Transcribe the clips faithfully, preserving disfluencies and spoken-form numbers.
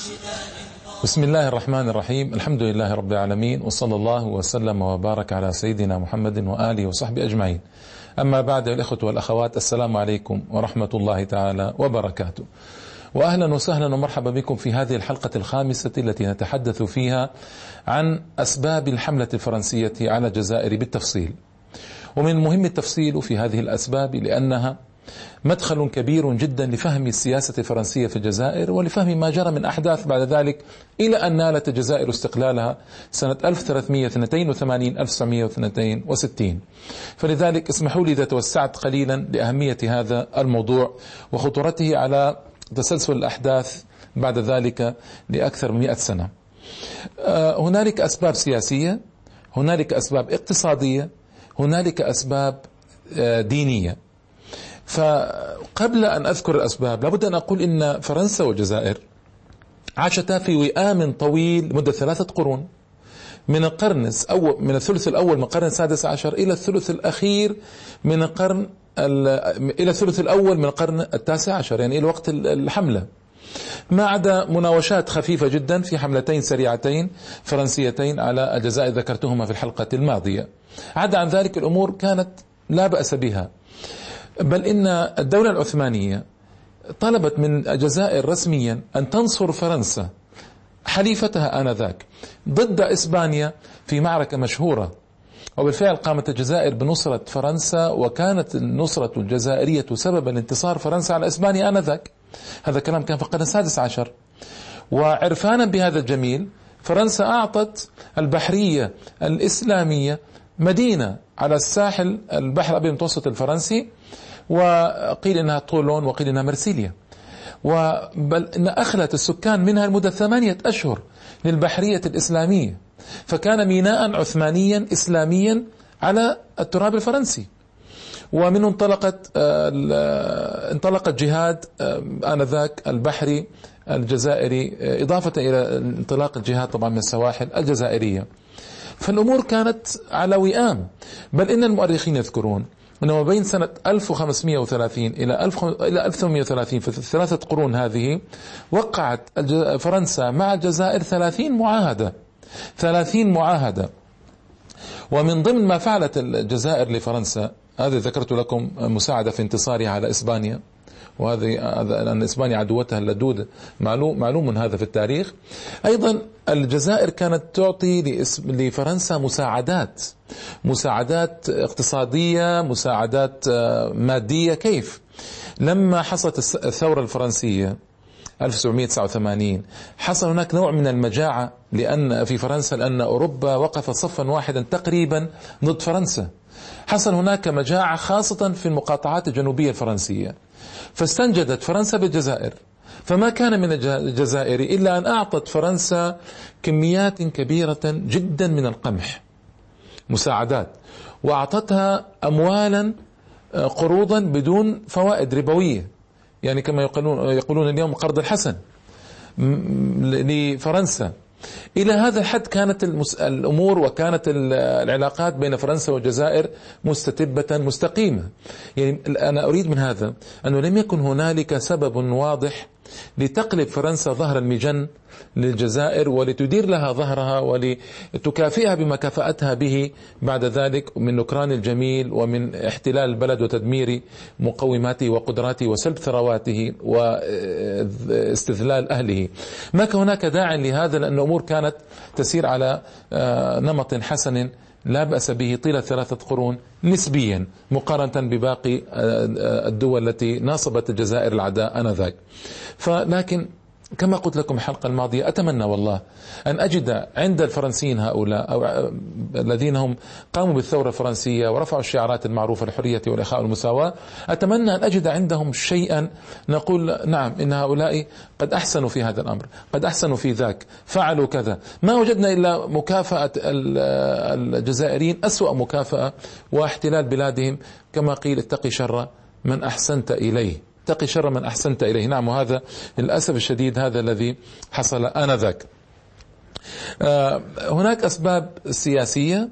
بسم الله الرحمن الرحيم. الحمد لله رب العالمين، وصلى الله وسلم وبارك على سيدنا محمد وآله وصحبه أجمعين. أما بعد، الإخوة والأخوات، السلام عليكم ورحمة الله تعالى وبركاته، وأهلا وسهلا ومرحبا بكم في هذه الحلقة الخامسة التي نتحدث فيها عن أسباب الحملة الفرنسية على الجزائر بالتفصيل. ومن المهم التفصيل في هذه الأسباب لأنها مدخل كبير جدا لفهم السياسة الفرنسية في الجزائر ولفهم ما جرى من أحداث بعد ذلك إلى أن نالت الجزائر استقلالها سنة ألف وثلاثمئة واثنين وثمانين ألف وتسعمئة واثنين وستين. فلذلك اسمحوا لي إذا توسعت قليلا لأهمية هذا الموضوع وخطورته على تسلسل الأحداث بعد ذلك لأكثر من مئة سنة. هنالك أسباب سياسية، هنالك أسباب اقتصادية، هنالك أسباب دينية. فقبل أن أذكر الأسباب لابد أن أقول إن فرنسا والجزائر عاشتا في وئام طويل مدة ثلاثة قرون، من القرن الأول من الثلث الأول من القرن السادس عشر إلى الثلث الأخير من القرن إلى الثلث الأول من القرن التاسع عشر، يعني إلى وقت الحملة، ما عدا مناوشات خفيفة جدا في حملتين سريعتين فرنسيتين على الجزائر ذكرتهما في الحلقة الماضية. عدا عن ذلك الأمور كانت لا بأس بها، بل إن الدولة العثمانية طلبت من الجزائر رسميا أن تنصر فرنسا حليفتها آنذاك ضد إسبانيا في معركة مشهورة، وبالفعل قامت الجزائر بنصرة فرنسا، وكانت النصرة الجزائرية سببا لانتصار فرنسا على إسبانيا آنذاك. هذا الكلام كان في القرن السادس عشر. وعرفانا بهذا الجميل فرنسا أعطت البحرية الإسلامية مدينة على الساحل البحر الأبيض المتوسط الفرنسي، وقيل إنها طولون وقيل إنها مرسيليا، وبل إن أخلت السكان منها لمدة ثمانية أشهر للبحرية الإسلامية، فكان ميناء عثمانيا إسلاميا على التراب الفرنسي. ومنه انطلقت انطلق الجهاد آنذاك البحري الجزائري، إضافة إلى انطلاق الجهاد طبعا من السواحل الجزائرية. فالأمور كانت على وئام، بل إن المؤرخين يذكرون أنه بين سنة ألف وخمسمئة وثلاثين إلى ألف وثمانمئة وثلاثين في الثلاثة قرون هذه وقعت فرنسا مع الجزائر ثلاثين معاهدة ثلاثين معاهدة. ومن ضمن ما فعلت الجزائر لفرنسا، هذا ذكرت لكم مساعدة في انتصارها على إسبانيا، وهذه أن إسبانيا عدوتها اللدود معلوم معلوم هذا في التاريخ. أيضا الجزائر كانت تعطي لفرنسا مساعدات مساعدات اقتصادية، مساعدات مادية. كيف؟ لما حصلت الثورة الفرنسية ألف وسبعمئة وتسعة وثمانين حصل هناك نوع من المجاعة لأن في فرنسا، لأن أوروبا وقفت صفا واحدا تقريبا ضد فرنسا. حصل هناك مجاعة خاصة في المقاطعات الجنوبية الفرنسية، فاستنجدت فرنسا بالجزائر، فما كان من الجزائر إلا أن أعطت فرنسا كميات كبيرة جدا من القمح مساعدات، وأعطتها أموالا قروضا بدون فوائد ربوية، يعني كما يقولون, يقولون اليوم قرض الحسن لفرنسا. إلى هذا الحد كانت الأمور وكانت العلاقات بين فرنسا والجزائر مستتبة مستقيمة. يعني أنا أريد من هذا أنه لم يكن هنالك سبب واضح لتقلب فرنسا ظهر المجن للجزائر ولتدير لها ظهرها ولتكافئها بما كافأتها به بعد ذلك من نكران الجميل ومن احتلال البلد وتدمير مقوماته وقدراته وسلب ثرواته واستذلال أهله. ما كان هناك داع لهذا، لأن الأمور كانت تسير على نمط حسن لا بأس به طيلة ثلاثة قرون نسبيا مقارنة بباقي الدول التي ناصبت الجزائر العداء آنذاك. فلكن كما قلت لكم الحلقة الماضية، أتمنى والله أن أجد عند الفرنسيين هؤلاء أو الذين هم قاموا بالثورة الفرنسية ورفعوا الشعارات المعروفة الحرية والإخاء والمساواة، أتمنى أن أجد عندهم شيئا نقول نعم إن هؤلاء قد أحسنوا في هذا الأمر، قد أحسنوا في ذاك، فعلوا كذا. ما وجدنا إلا مكافأة الجزائريين أسوأ مكافأة واحتلال بلادهم، كما قيل اتقي شر من أحسنت إليه، اتقي شر من أحسنت إليه. نعم، وهذا للأسف الشديد هذا الذي حصل آنذاك. هناك أسباب سياسية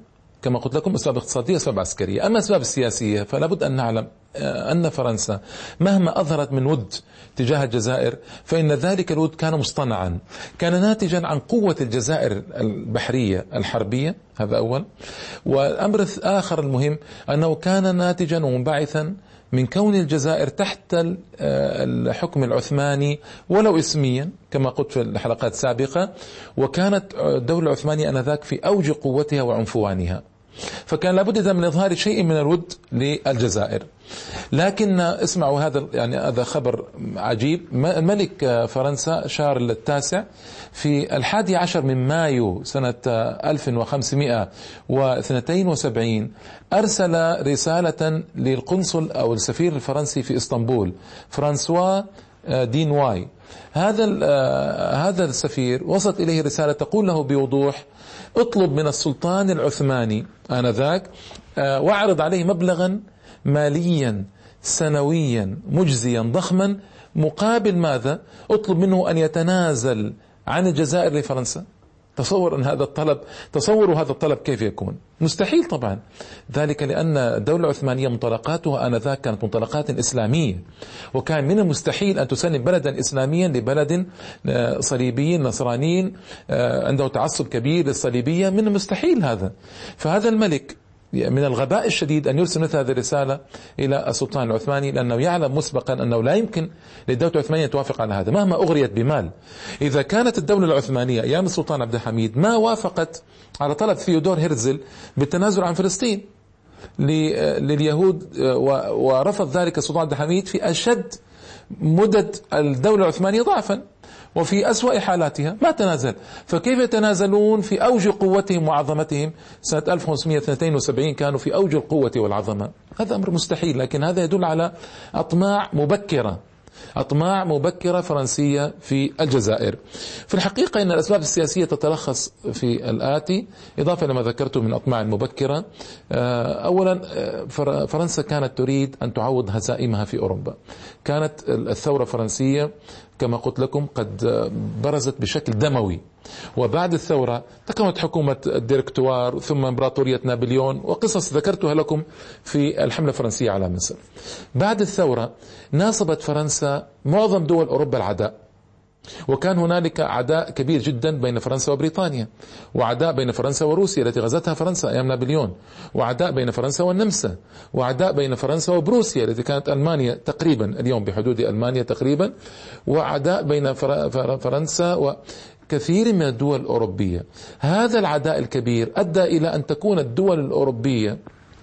كما قلت لكم أسباب اقتصادية أسباب عسكرية. أما أسباب السياسية فلا بد أن نعلم أن فرنسا مهما أظهرت من ود تجاه الجزائر فإن ذلك الود كان مصطنعا، كان ناتجا عن قوة الجزائر البحرية الحربية، هذا أول. والأمر الآخر المهم أنه كان ناتجا ومنبعثا من كون الجزائر تحت الحكم العثماني ولو اسميا كما قلت في الحلقات السابقة، وكانت الدولة العثمانية آنذاك في أوج قوتها وعنفوانها، فكان لابد من إظهار شيء من الود للجزائر. لكن اسمعوا هذا، يعني هذا خبر عجيب. الملك فرنسا شارل التاسع في الحادي عشر من مايو سنة ألف وخمسمائة واثنين وسبعين أرسل رسالة للقنصل أو السفير الفرنسي في إسطنبول فرانسوا دينواي. هذا هذا السفير وصلت إليه رسالة تقول له بوضوح: اطلب من السلطان العثماني آنذاك واعرض عليه مبلغا ماليا سنويا مجزيا ضخما، مقابل ماذا؟ اطلب منه أن يتنازل عن الجزائر لفرنسا. تصور أن هذا الطلب، تصوروا هذا الطلب كيف يكون؟ مستحيل طبعا، ذلك لأن الدولة العثمانية منطلقاتها آنذاك كانت منطلقات إسلامية، وكان من المستحيل أن تسلم بلدا إسلاميا لبلد صليبي نصراني عنده تعصب كبير للصليبية، من المستحيل هذا. فهذا الملك من الغباء الشديد أن يرسل مثل هذه الرسالة إلى السلطان العثماني، لأنه يعلم مسبقا أنه لا يمكن للدولة العثمانية توافق على هذا مهما أغريت بمال. إذا كانت الدولة العثمانية أيام السلطان عبد الحميد ما وافقت على طلب ثيودور هرتزل بالتنازل عن فلسطين لليهود، ورفض ذلك السلطان عبد الحميد في أشد مدد الدولة العثمانية ضعفا وفي أسوأ حالاتها، ما تنازل. فكيف يتنازلون في أوج قوتهم وعظمتهم؟ سنة ألف وخمسمائة واثنين وسبعين كانوا في أوج القوة والعظمة. هذا أمر مستحيل، لكن هذا يدل على أطماع مبكرة، أطماع مبكرة فرنسية في الجزائر. في الحقيقة إن الأسباب السياسية تتلخص في الآتي، إضافة لما ذكرته من أطماع مبكرة. أولا، فرنسا كانت تريد أن تعوض هزائمها في أوروبا. كانت الثورة الفرنسية كما قلت لكم قد برزت بشكل دموي، وبعد الثورة تكونت حكومة الديركتوار ثم امبراطورية نابليون وقصص ذكرتها لكم في الحملة الفرنسية على مصر. بعد الثورة ناصبت فرنسا معظم دول أوروبا العداء، وكان هنالك عداء كبير جدا بين فرنسا وبريطانيا، وعداء بين فرنسا وروسيا التي غزتها فرنسا أيام نابليون، وعداء بين فرنسا والنمسا، وعداء بين فرنسا وبروسيا التي كانت ألمانيا تقريبا اليوم بحدود ألمانيا تقريبا، وعداء بين فرنسا وكثير من الدول الأوروبية. هذا العداء الكبير أدى إلى أن تكون الدول الأوروبية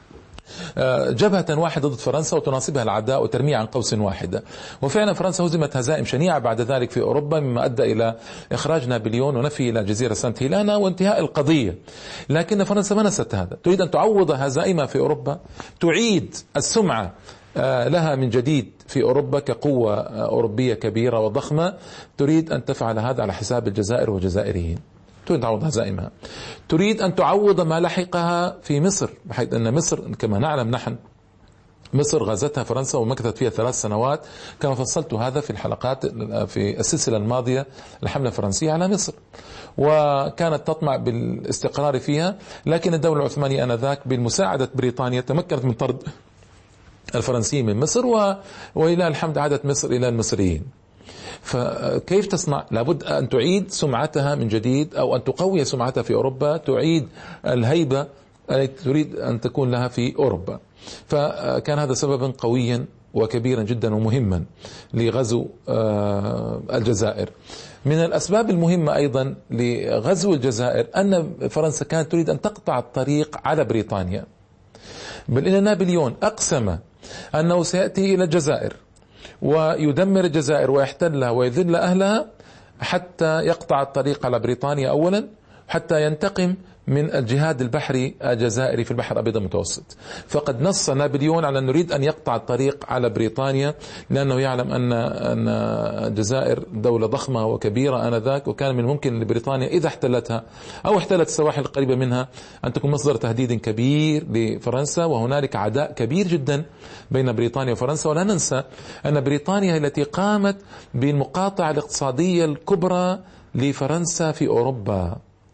جبهة واحدة ضد فرنسا وتناصبها العداء وترميها عن قوس واحدة. وفعلا فرنسا هزمت هزائم شنيعة بعد ذلك في أوروبا، مما أدى إلى إخراج نابليون ونفي إلى جزيرة سانت هيلانا وانتهاء القضية. لكن فرنسا ما نست هذا، تريد أن تعوض هزائمها في أوروبا، تعيد السمعة لها من جديد في أوروبا كقوة أوروبية كبيرة وضخمة. تريد أن تفعل هذا على حساب الجزائر والجزائريين، تريد تعوض هزائمها، تريد أن تعوض ما لحقها في مصر، بحيث أن مصر كما نعلم نحن مصر غزتها فرنسا ومكثت فيها ثلاث سنوات، كما فصلت هذا في الحلقات في السلسلة الماضية الحملة الفرنسية على مصر، وكانت تطمع بالاستقرار فيها. لكن الدولة العثمانية آنذاك بالمساعدة بريطانيا تمكنت من طرد الفرنسيين من مصر، و... وإلى الحمد عادت مصر إلى المصريين. فكيف تصنع؟ لابد أن تعيد سمعتها من جديد، أو أن تقوي سمعتها في أوروبا، تعيد الهيبة التي تريد أن تكون لها في أوروبا. فكان هذا سببا قويا وكبيرا جدا ومهما لغزو الجزائر. من الأسباب المهمة أيضا لغزو الجزائر أن فرنسا كانت تريد أن تقطع الطريق على بريطانيا، بل إن نابليون أقسم أنه سيأتي إلى الجزائر ويدمر الجزائر ويحتلها ويذل أهلها حتى يقطع الطريق على بريطانيا أولا، حتى ينتقم من الجهاد البحري الجزائري في البحر الأبيض المتوسط. فقد نص نابليون على أن نريد أن يقطع الطريق على بريطانيا، لأنه يعلم أن أن الجزائر دولة ضخمة وكبيرة آنذاك، وكان من الممكن لبريطانيا إذا احتلتها أو احتلت السواحل القريبة منها أن تكون مصدر تهديد كبير لفرنسا. وهنالك عداء كبير جدا بين بريطانيا وفرنسا، ولا ننسى أن بريطانيا التي قامت بالمقاطعة الاقتصادية الكبرى لفرنسا في أوروبا،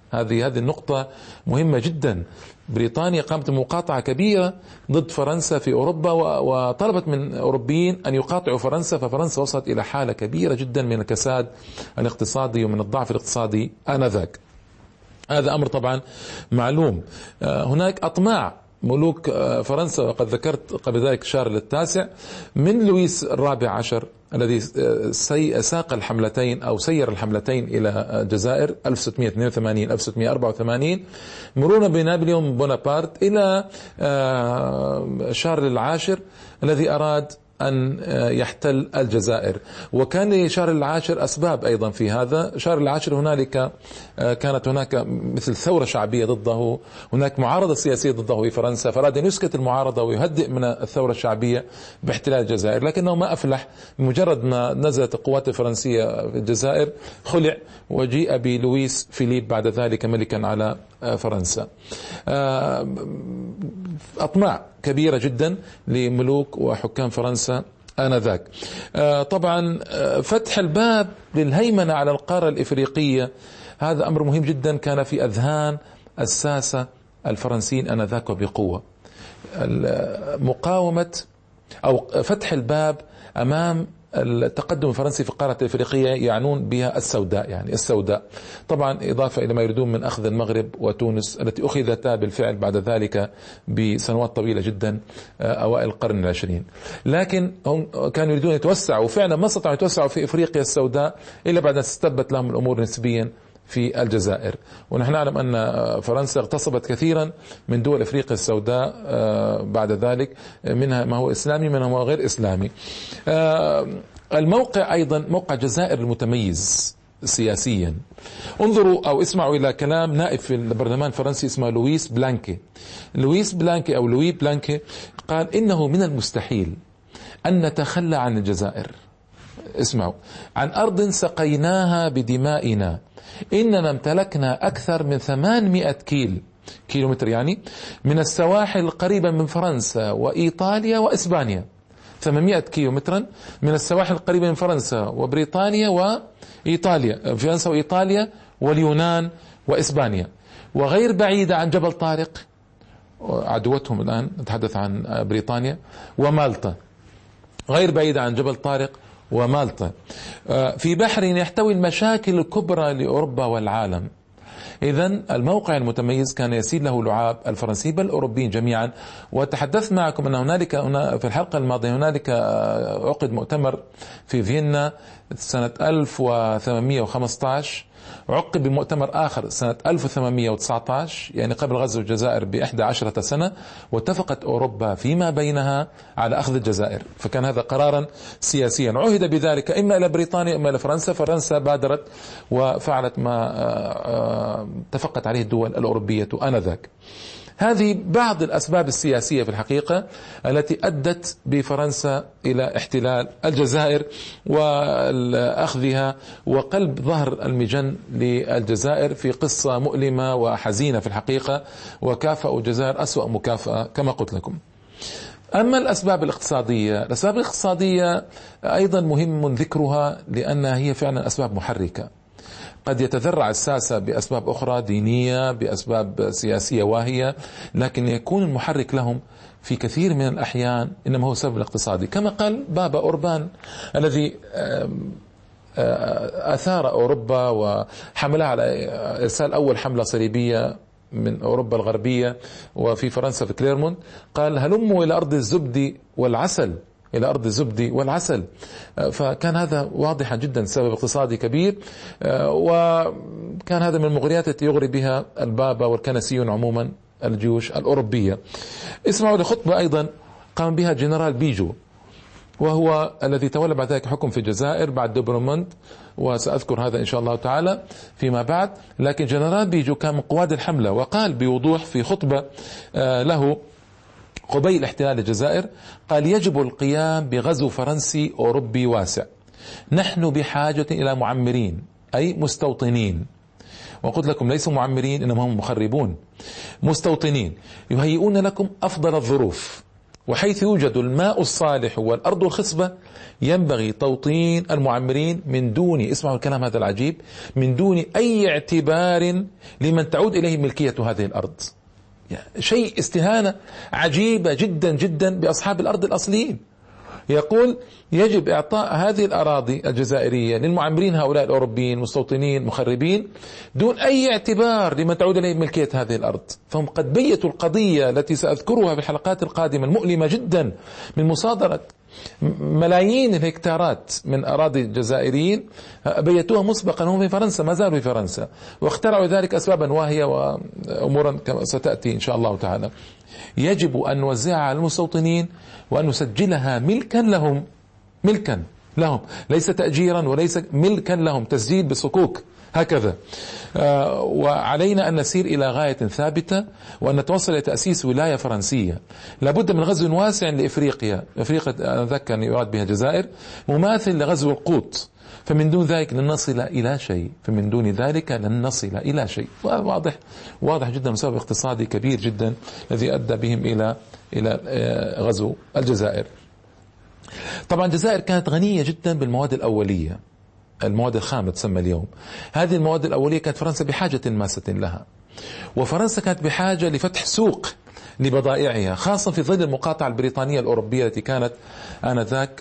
هذه هذه النقطة مهمة جدا. بريطانيا قامت بمقاطعة كبيرة ضد فرنسا في أوروبا، وطلبت من أوروبيين أن يقاطعوا فرنسا، ففرنسا وصلت إلى حالة كبيرة جدا من الكساد الاقتصادي ومن الضعف الاقتصادي آنذاك. هذا أمر طبعا معلوم. هناك أطماع ملوك فرنسا، وقد ذكرت قبل ذلك شارل التاسع من لويس الرابع عشر الذي ساق الحملتين أو سير الحملتين إلى الجزائر ألف وستمائة واثنين وثمانين ألف وستمائة وأربعة وثمانين، مرورا بنابليون بونابرت إلى شارل العاشر الذي أراد أن يحتل الجزائر. وكان لشارل العاشر أسباب أيضا في هذا. شارل العاشر هنالك كانت هناك مثل ثورة شعبية ضده، هناك معارضة سياسية ضده في فرنسا، فأراد أن يسكت المعارضة ويهدئ من الثورة الشعبية باحتلال الجزائر، لكنه ما أفلح. بمجرد ما نزلت القوات الفرنسية في الجزائر خلع، وجيء بلويس فيليب بعد ذلك ملكا على فرنسا. أطماع كبيرة جدا لملوك وحكام فرنسا آنذاك. طبعا فتح الباب للهيمنة على القارة الإفريقية هذا أمر مهم جدا، كان في أذهان الساسة الفرنسيين آنذاك وبقوة. مقاومة أو فتح الباب أمام التقدم الفرنسي في القارة الإفريقية يعنون بها السوداء، يعني السوداء طبعا إضافة إلى ما يريدون من أخذ المغرب وتونس التي أخذتا بالفعل بعد ذلك بسنوات طويلة جدا أوائل القرن العشرين. لكن هم كانوا يريدون يتوسعوا، وفعلا ما استطاعوا يتوسعوا في إفريقيا السوداء إلا بعد أن استبت لهم الأمور نسبيا في الجزائر. ونحن نعلم أن فرنسا اغتصبت كثيرا من دول أفريقيا السوداء بعد ذلك، منها ما هو إسلامي منها ما هو غير إسلامي. الموقع أيضا موقع الجزائر المتميز سياسيا. انظروا أو اسمعوا إلى كلام نائب في البرلمان الفرنسي اسمه لويس بلانكي. لويس بلانكي أو لوي بلانكي قال إنه من المستحيل أن نتخلى عن الجزائر، اسمعوا، عن أرض سقيناها بدمائنا، إننا امتلكنا أكثر من ثمانمائة كيل كيلومتر يعني من السواحل القريبة من فرنسا وإيطاليا وإسبانيا. ثمانمائة كيلومترا من السواحل القريبة من فرنسا وبريطانيا وإيطاليا، فرنسا وإيطاليا واليونان وإسبانيا، وغير بعيدة عن جبل طارق عدوتهم الآن، نتحدث عن بريطانيا، ومالطا غير بعيدة عن جبل طارق ومالطا، في بحر يحتوي المشاكل الكبرى لأوروبا والعالم. إذن الموقع المتميز كان يسيل له لعاب الفرنسي بل الأوروبيين جميعا. وتحدثت معكم أن هنالك في الحلقة الماضية هنالك عقد مؤتمر في فيينا سنة ألف وثمانمائة وخمسة عشر، عقب بمؤتمر آخر سنة ألف وثمانمائة وتسعة عشر يعني قبل غزو الجزائر بإحدى عشرة سنة، واتفقت أوروبا فيما بينها على أخذ الجزائر. فكان هذا قرارا سياسيا عهد بذلك إما إلى بريطانيا إما إلى فرنسا. فرنسا بادرت وفعلت ما اتفقت عليه الدول الأوروبية آنذاك. هذه بعض الأسباب السياسية في الحقيقة التي أدت بفرنسا إلى احتلال الجزائر وأخذها وقلب ظهر المجن للجزائر في قصة مؤلمة وحزينة في الحقيقة، وكافأوا الجزائر أسوأ مكافأة كما قلت لكم. أما الأسباب الاقتصادية، الأسباب الاقتصادية أيضا مهم ذكرها لأنها هي فعلا أسباب محركة. قد يتذرع الساسة بأسباب أخرى دينية بأسباب سياسية واهية، لكن يكون المحرك لهم في كثير من الأحيان إنما هو السبب الاقتصادي، كما قال بابا أوربان الذي أثار أوروبا وحملها على إرسال أول حملة صليبية من أوروبا الغربية وفي فرنسا في كليرمونت. قال هلموا إلى أرض الزبد والعسل، إلى أرض الزبد والعسل. فكان هذا واضحا جدا سبب اقتصادي كبير، وكان هذا من المغريات التي يغري بها البابا والكنسيون عموما الجيوش الأوروبية. اسمعوا لخطبة أيضا قام بها جنرال بيجو، وهو الذي تولى بعد ذلك حكم في الجزائر بعد دوبرمونت، وسأذكر هذا إن شاء الله تعالى فيما بعد. لكن جنرال بيجو كان من قواد الحملة، وقال بوضوح في خطبة له قبيل احتلال الجزائر، قال يجب القيام بغزو فرنسي أوروبي واسع، نحن بحاجة إلى معمرين أي مستوطنين، وقلت لكم ليسوا معمرين إنما هم مخربون، مستوطنين يهيئون لكم أفضل الظروف وحيث يوجد الماء الصالح والأرض الخصبة ينبغي توطين المعمرين من دون، اسمعوا الكلام هذا العجيب، من دون أي اعتبار لمن تعود إليه ملكية هذه الأرض. يعني شيء استهانة عجيبة جدا جدا بأصحاب الأرض الأصليين. يقول يجب إعطاء هذه الأراضي الجزائرية للمعمرين هؤلاء الأوروبيين مستوطنين مخربين دون أي اعتبار لمن تعود إليه ملكية هذه الأرض. فهم قد بيتوا القضية التي سأذكرها في الحلقات القادمة المؤلمة جدا من مصادرة ملايين الهكتارات من أراضي الجزائريين، بيتوها مسبقا هم في فرنسا، ما زالوا في فرنسا، واخترعوا ذلك أسبابا واهية وأمورا ستأتي إن شاء الله تعالى. يجب أن نوزعها على المستوطنين وأن نسجلها ملكا لهم، ملكا لهم، ليس تأجيرا وليس ملكا لهم، تسجيل بصكوك هكذا. آه وعلينا أن نسير إلى غاية ثابتة وأن نتوصل إلى تأسيس ولاية فرنسية. لابد من غزو واسع لإفريقيا، أفريقيا أذكر أن يراد بها الجزائر، مماثل لغزو القوط، فمن دون ذلك لن نصل إلى شيء، فمن دون ذلك لن نصل إلى شيء. واضح واضح جدا سبب اقتصادي كبير جدا الذي أدى بهم إلى إلى غزو الجزائر. طبعا الجزائر كانت غنية جدا بالمواد الأولية، المواد الخام تسمى اليوم. هذه المواد الأولية كانت فرنسا بحاجة ماسة لها، وفرنسا كانت بحاجة لفتح سوق لبضائعها، خاصة في ظل المقاطعة البريطانية الأوروبية التي كانت آنذاك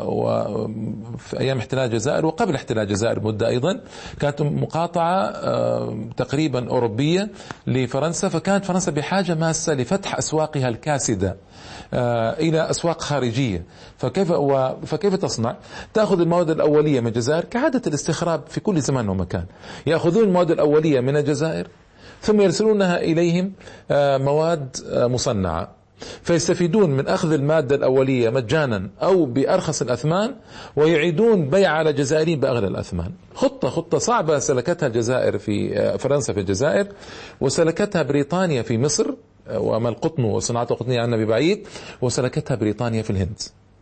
وفي أيام احتلال الجزائر وقبل احتلال الجزائر مدة أيضا، كانت مقاطعة تقريبا أوروبية لفرنسا، فكانت فرنسا بحاجة ماسة لفتح أسواقها الكاسدة إلى أسواق خارجية. فكيف فكيف تصنع؟ تأخذ المواد الأولية من الجزائر كعادة الاستخراب في كل زمان ومكان، يأخذون المواد الأولية من الجزائر ثم يرسلونها إليهم مواد مصنعة، فيستفيدون من أخذ المادة الأولية مجانا أو بأرخص الأثمان، ويعيدون بيع على الجزائريين بأغلى الأثمان. خطة خطة صعبة سلكتها الجزائر في فرنسا في الجزائر، وسلكتها بريطانيا في مصر، وما القطن وصناعته القطنية عنا ببعيد، وسلكتها بريطانيا في الهند.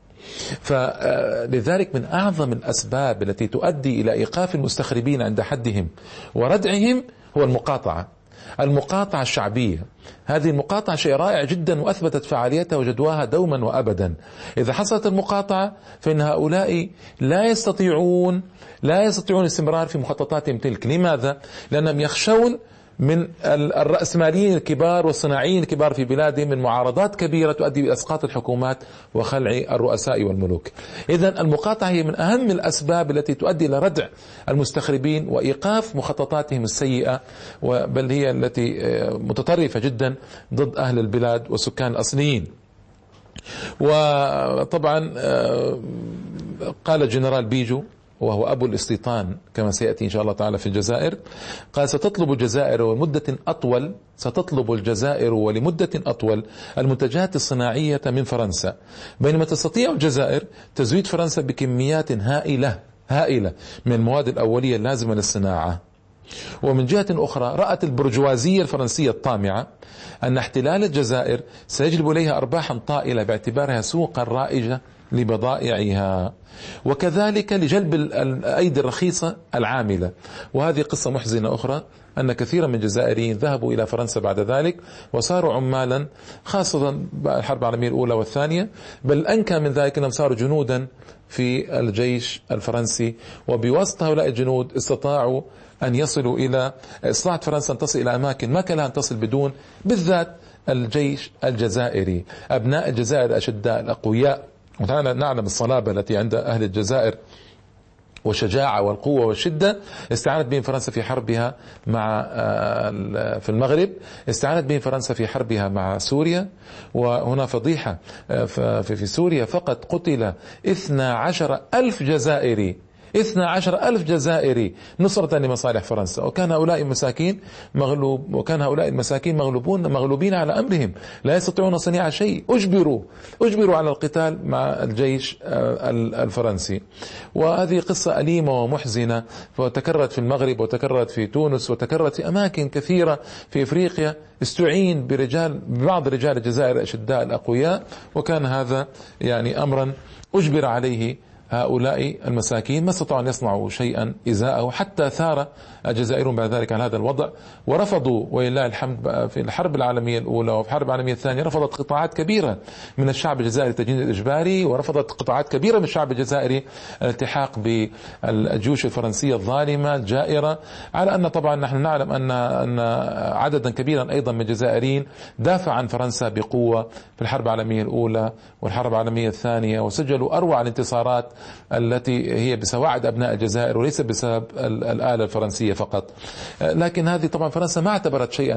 فلذلك من أعظم الأسباب التي تؤدي إلى إيقاف المستخربين عند حدهم وردعهم هو المقاطعة، المقاطعة الشعبية. هذه المقاطعة شيء رائع جدا وأثبتت فعاليتها وجدواها دوما وأبدا. إذا حصلت المقاطعة فإن هؤلاء لا يستطيعون لا يستطيعون الاستمرار في مخططاتهم تلك. لماذا؟ لأنهم يخشون من الرأسماليين الكبار والصناعيين الكبار في بلادهم من معارضات كبيرة تؤدي إلى إسقاط الحكومات وخلع الرؤساء والملوك. إذن المقاطعة هي من أهم الأسباب التي تؤدي إلى ردع المستخربين وإيقاف مخططاتهم السيئة، بل هي التي متطرفة جدا ضد أهل البلاد والسكان الأصليين. وطبعا قال الجنرال بيجو وهو أبو الاستيطان كما سيأتي إن شاء الله تعالى في الجزائر، قال ستطلب الجزائر ولمدة أطول ستطلب الجزائر ولمدة أطول المنتجات الصناعية من فرنسا، بينما تستطيع الجزائر تزويد فرنسا بكميات هائلة هائلة من المواد الأولية اللازمة للصناعة. ومن جهة أخرى رأت البرجوازية الفرنسية الطامعة أن احتلال الجزائر سيجلب إليها أرباحا طائلة باعتبارها سوقا رائجة لبضائعها، وكذلك لجلب الأيدي الرخيصة العاملة. وهذه قصة محزنة أخرى، أن كثيرا من الجزائريين ذهبوا إلى فرنسا بعد ذلك وصاروا عمالا، خاصة بعد الحرب العالمية الأولى والثانية، بل أنكى من ذلك أنهم صاروا جنودا في الجيش الفرنسي، وبواسطة هؤلاء الجنود استطاعوا أن يصلوا إلى استطاعت فرنسا أن تصل إلى أماكن ما كان لها أن تصل بدون، بالذات الجيش الجزائري. أبناء الجزائر الأشداء الأقوياء، ونحن نعلم الصلابة التي عند أهل الجزائر والشجاعة والقوة والشدة، استعانت بهم فرنسا في حربها مع في المغرب، استعانت بهم فرنسا في حربها مع سوريا. وهنا فضيحة، في سوريا فقط قتل اثنى عشر ألف جزائري، اثنى عشر ألف جزائري نصرة لمصالح فرنسا، وكان هؤلاء المساكين مغلوب وكان هؤلاء المساكين مغلوبون مغلوبين على أمرهم، لا يستطيعون صنيع شيء، أجبروا أجبروا على القتال مع الجيش الفرنسي. وهذه قصة أليمة ومحزنة، وتكررت في المغرب وتكررت في تونس وتكررت في أماكن كثيرة في إفريقيا. استعين برجال ببعض رجال الجزائر الأشداء الأقوياء، وكان هذا يعني أمرا أجبر عليه هؤلاء المساكين ما استطاعوا أن يصنعوا شيئا إزاءه، حتى ثار الجزائريون بعد ذلك على هذا الوضع، ورفضوا ولله الحمد في الحرب العالمية الأولى وفي الحرب العالمية الثانية رفضت قطاعات كبيرة من الشعب الجزائري التجنيد الإجباري، ورفضت قطاعات كبيرة من الشعب الجزائري الالتحاق بالجيوش الفرنسية الظالمة الجائرة، على أن طبعا نحن نعلم أن أن عددا كبيرا أيضا من الجزائريين دافع عن فرنسا بقوة في الحرب العالمية الأولى والحرب العالمية الثانية، وسجلوا أروع الانتصارات التي هي بسواعد أبناء الجزائر وليس بسبب الآلة الفرنسية فقط. لكن هذه طبعا فرنسا ما اعتبرت شيئا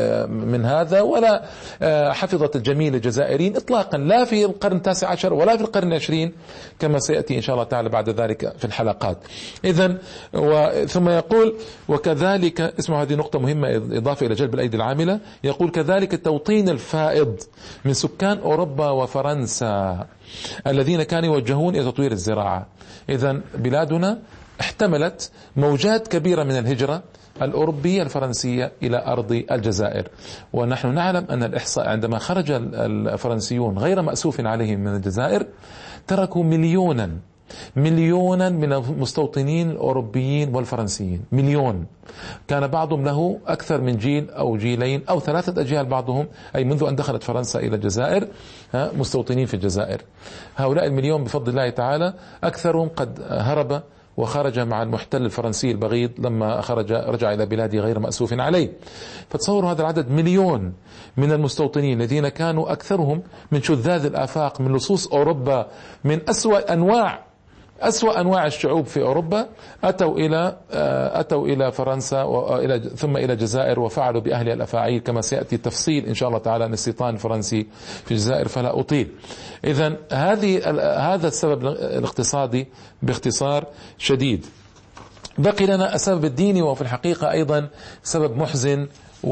من هذا، ولا حفظت الجميل الجزائريين إطلاقا، لا في القرن التاسع عشر ولا في القرن العشرين، كما سيأتي إن شاء الله تعالى بعد ذلك في الحلقات. إذن ثم يقول وكذلك، اسمعوا هذه نقطة مهمة إضافة إلى جلب الأيدي العاملة، يقول كذلك التوطين الفائض من سكان أوروبا وفرنسا الذين كانوا يوجهون إلى تطوير الزراعة. إذن بلادنا احتملت موجات كبيرة من الهجرة الأوروبية الفرنسية إلى أرض الجزائر، ونحن نعلم أن الإحصاء عندما خرج الفرنسيون غير مأسوف عليهم من الجزائر تركوا مليونا مليونا من المستوطنين الأوروبيين والفرنسيين، مليون. كان بعضهم له أكثر من جيل أو جيلين أو ثلاثة أجيال بعضهم، أي منذ أن دخلت فرنسا إلى الجزائر مستوطنين في الجزائر. هؤلاء المليون بفضل الله تعالى أكثرهم قد هرب وخرج مع المحتل الفرنسي البغيض لما خرج رجع إلى بلاده غير مأسوف عليه. فتصوروا هذا العدد، مليون من المستوطنين الذين كانوا أكثرهم من شذاذ الآفاق، من لصوص أوروبا، من أسوأ أنواع أسوأ أنواع الشعوب في أوروبا، أتوا إلى أتوا إلى فرنسا وإلى ثم إلى الجزائر وفعلوا بأهلها الأفاعيل، كما سيأتي التفصيل إن شاء الله تعالى عن الاستيطان الفرنسي في الجزائر فلا أطيل. إذن هذه هذا السبب الاقتصادي باختصار شديد. بقي لنا السبب الديني، وفي الحقيقة أيضا سبب محزن،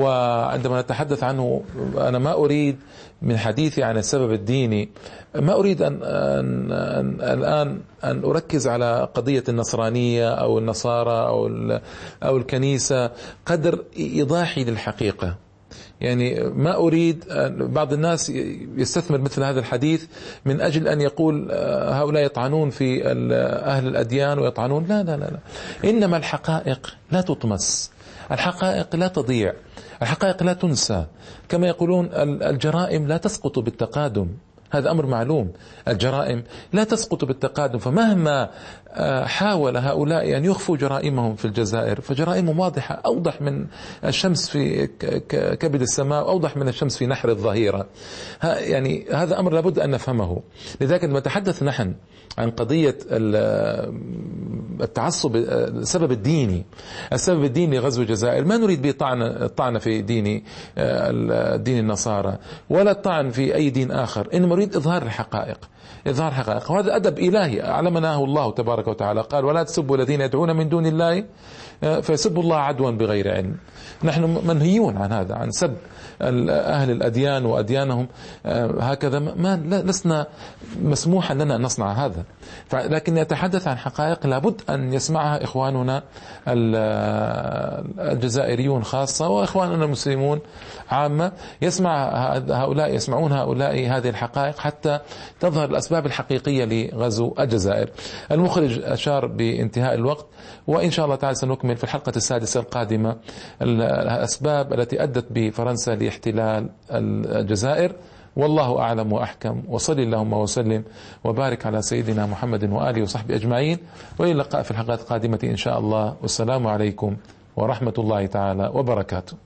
وعندما نتحدث عنه أنا ما أريد من حديثي عن السبب الديني ما أريد أن, أن, أن الآن أن أركز على قضية النصرانية أو النصارى أو, أو الكنيسة قدر إيضاحي للحقيقة. يعني ما أريد بعض الناس يستثمر مثل هذا الحديث من أجل أن يقول هؤلاء يطعنون في أهل الأديان ويطعنون، لا لا لا, لا. إنما الحقائق لا تطمس، الحقائق لا تضيع، الحقائق لا تنسى. كما يقولون الجرائم لا تسقط بالتقادم، هذا أمر معلوم، الجرائم لا تسقط بالتقادم. فمهما حاول هؤلاء أن يخفوا جرائمهم في الجزائر فجرائمهم واضحة، أوضح من الشمس في كبد السماء، أوضح من الشمس في نحر الظهيرة. يعني هذا أمر لابد أن نفهمه. لذلك لما نتحدث نحن عن قضية التعصب، السبب الديني السبب الديني لغزو الجزائر، ما نريد به طعن الطعن في دين دين النصارى ولا الطعن في أي دين آخر، إنما نريد إظهار الحقائق، إظهار حقائق. وهذا أدب إلهي علمناه الله تبارك وتعالى، قال ولا تسبوا الذين يدعون من دون الله فيسبوا الله عدوا بغير علم. نحن منهيون عن هذا، عن سب أهل الأديان وأديانهم هكذا، ما لسنا مسموحا لنا أن نصنع هذا. لكن يتحدث عن حقائق لابد أن يسمعها إخواننا الجزائريون خاصة وإخواننا المسلمون عامة، يسمع هؤلاء يسمعون هؤلاء هذه الحقائق حتى تظهر الأسباب الحقيقية لغزو الجزائر. المخرج أشار بانتهاء الوقت، وإن شاء الله تعالى سنكمل في الحلقة السادسة القادمة الأسباب التي أدت بفرنسا لاحتلال الجزائر. والله أعلم وأحكم، وصلي اللهم وسلم وبارك على سيدنا محمد وآله وصحبه أجمعين، وإلى اللقاء في الحلقات القادمة إن شاء الله، والسلام عليكم ورحمة الله تعالى وبركاته.